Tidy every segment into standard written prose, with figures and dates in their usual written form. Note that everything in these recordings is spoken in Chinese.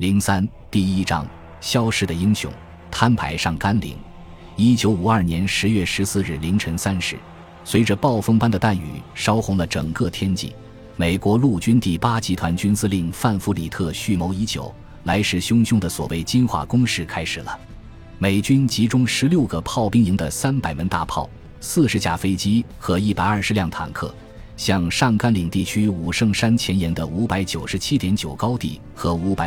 03第1章消失的英雄，摊牌上甘岭。1952年10月14日凌晨3时，随着暴风般的弹雨烧红了整个天际，美国陆军第8集团军司令范弗里特蓄谋已久、来势汹汹的所谓金华攻势开始了。美军集中16个炮兵营的300门大炮、40架飞机和120辆坦克，向上甘岭地区武圣山前沿的 597.9 高地和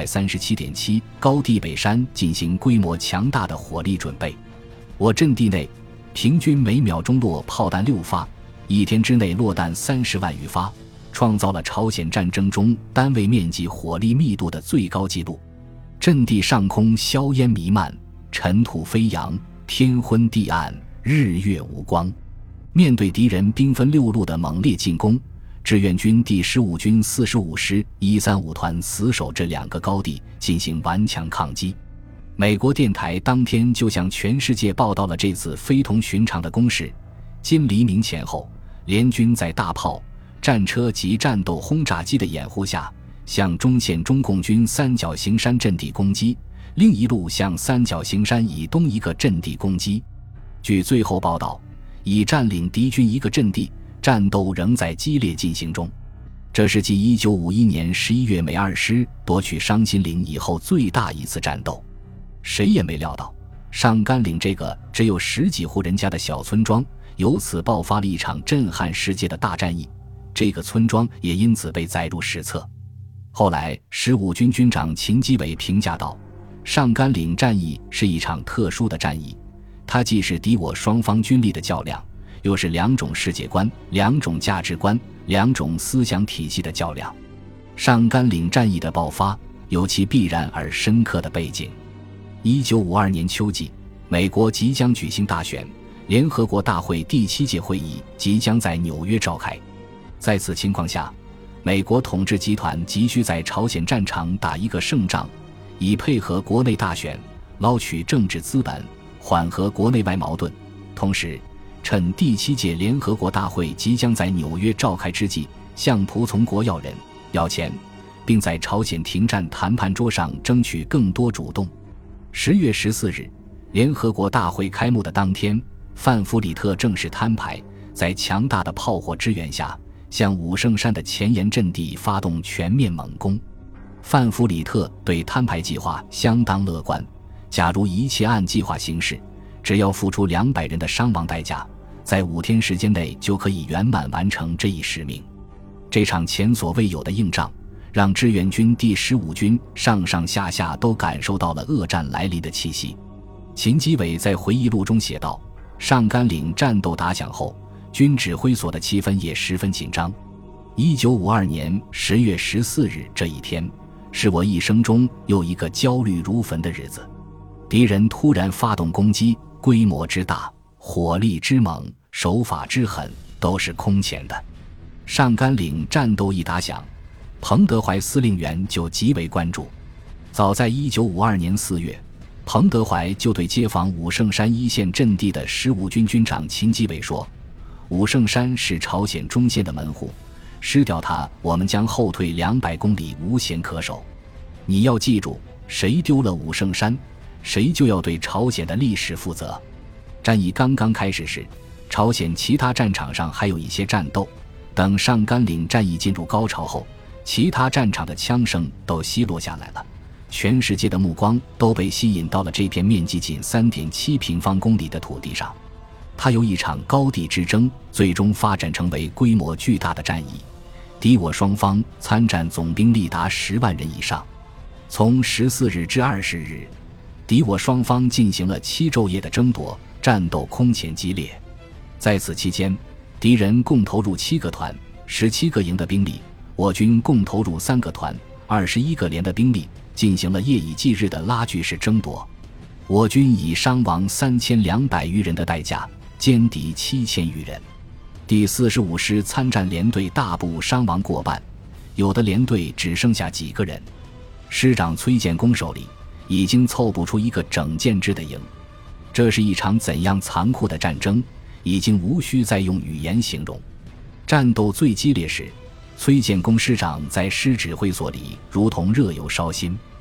537.7 高地北山进行规模强大的火力准备。我阵地内平均每秒钟落炮弹6发，一天之内落弹30万余发，创造了朝鲜战争中单位面积火力密度的最高纪录。阵地上空硝烟弥漫，尘土飞扬，天昏地暗，日月无光。面对敌人兵分6路的猛烈进攻，志愿军第15军45师135团死守这2个高地进行顽强抗击。美国电台当天就向全世界报道了这次非同寻常的攻势。今黎明前后，联军在大炮、战车及战斗轰炸机的掩护下，向中线中共军三角形山阵地攻击，另一路向三角形山以东一个阵地攻击。据最后报道，已占领敌军一个阵地，战斗仍在激烈进行中。这是继1951年11月美2师夺取伤心岭以后最大一次战斗。谁也没料到，上甘岭这个只有10几户人家的小村庄，由此爆发了一场震撼世界的大战役，这个村庄也因此被载入史册。后来15军军长秦基伟评价道，上甘岭战役是一场特殊的战役，它既是敌我双方军力的较量，又是2种世界观、2种价值观、2种思想体系的较量。上甘岭战役的爆发有其必然而深刻的背景。1952年秋季，美国即将举行大选，联合国大会第7届会议即将在纽约召开。在此情况下，美国统治集团急需在朝鲜战场打一个胜仗，以配合国内大选，捞取政治资本，缓和国内外矛盾。同时，趁第7届联合国大会即将在纽约召开之际，向仆从国要人、要钱，并在朝鲜停战谈判桌上争取更多主动。10月14日，联合国大会开幕的当天，范弗里特正式摊牌，在强大的炮火支援下，向武圣山的前沿阵地发动全面猛攻。范弗里特对摊牌计划相当乐观，假如一切按计划行事，只要付出200人的伤亡代价，在5天时间内就可以圆满完成这一使命。这场前所未有的硬仗让志愿军第15军上上下下都感受到了恶战来临的气息。秦基伟在回忆录中写道，上甘岭战斗打响后，军指挥所的气氛也十分紧张。1952年10月14日这一天，是我一生中又一个焦虑如焚的日子。敌人突然发动攻击，规模之大，火力之猛，手法之狠，都是空前的。上甘岭战斗一打响，彭德怀司令员就极为关注。早在1952年4月，彭德怀就对接防武圣山一线阵地的15军军长秦基伟说，武圣山是朝鲜中线的门户，失掉它，我们将后退200公里，无险可守。你要记住，谁丢了武圣山，谁就要对朝鲜的历史负责。战役刚刚开始时，朝鲜其他战场上还有一些战斗，等上甘岭战役进入高潮后，其他战场的枪声都稀落下来了，全世界的目光都被吸引到了这片面积仅 3.7 平方公里的土地上。它由一场高地之争最终发展成为规模巨大的战役，敌我双方参战总兵力达10万人以上。从14日至20日，敌我双方进行了7昼夜的争夺，战斗空前激烈。在此期间，敌人共投入7个团、17个营的兵力，我军共投入3个团、21个连的兵力，进行了夜以继日的拉锯式争夺。我军以伤亡3200余人的代价歼敌7000余人。第45师参战连队大部伤亡过半，有的连队只剩下几个人。师长崔建功手里已经凑不出一个整建制的营。这是一场怎样残酷的战争，已经无需再用语言形容。战斗最激烈时，崔建功师长在师指挥所里如同热油烧心。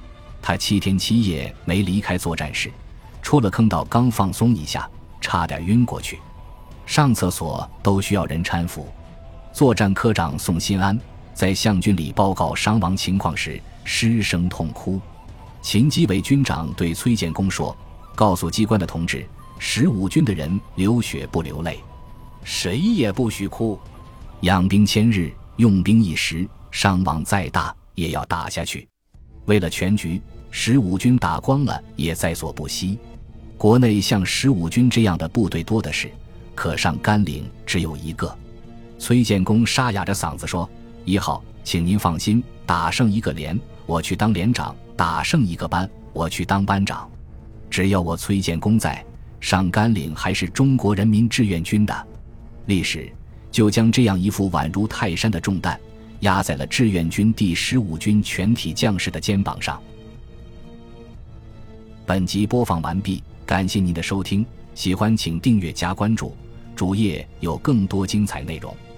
他7天7夜没离开作战室，出了坑道刚放松一下，差点晕过去。上厕所都需要人搀扶。作战科长宋新安在向军里报告伤亡情况时失声痛哭。秦基伟军长对崔建功说，告诉机关的同志，15军的人流血不流泪，谁也不许哭。养兵千日，用兵一时，伤亡再大也要打下去。为了全局，15军打光了也在所不惜。国内像15军这样的部队多的是，可上甘岭只有一个。崔建功沙哑着嗓子说：“1号，请您放心，打胜一个连，我去当连长；打胜一个班，我去当班长。只要我崔建功在，上甘岭还是中国人民志愿军的。”历史就将这样一副宛如泰山的重担压在了志愿军第15军全体将士的肩膀上。本集播放完毕，感谢您的收听，喜欢请订阅加关注，主页有更多精彩内容。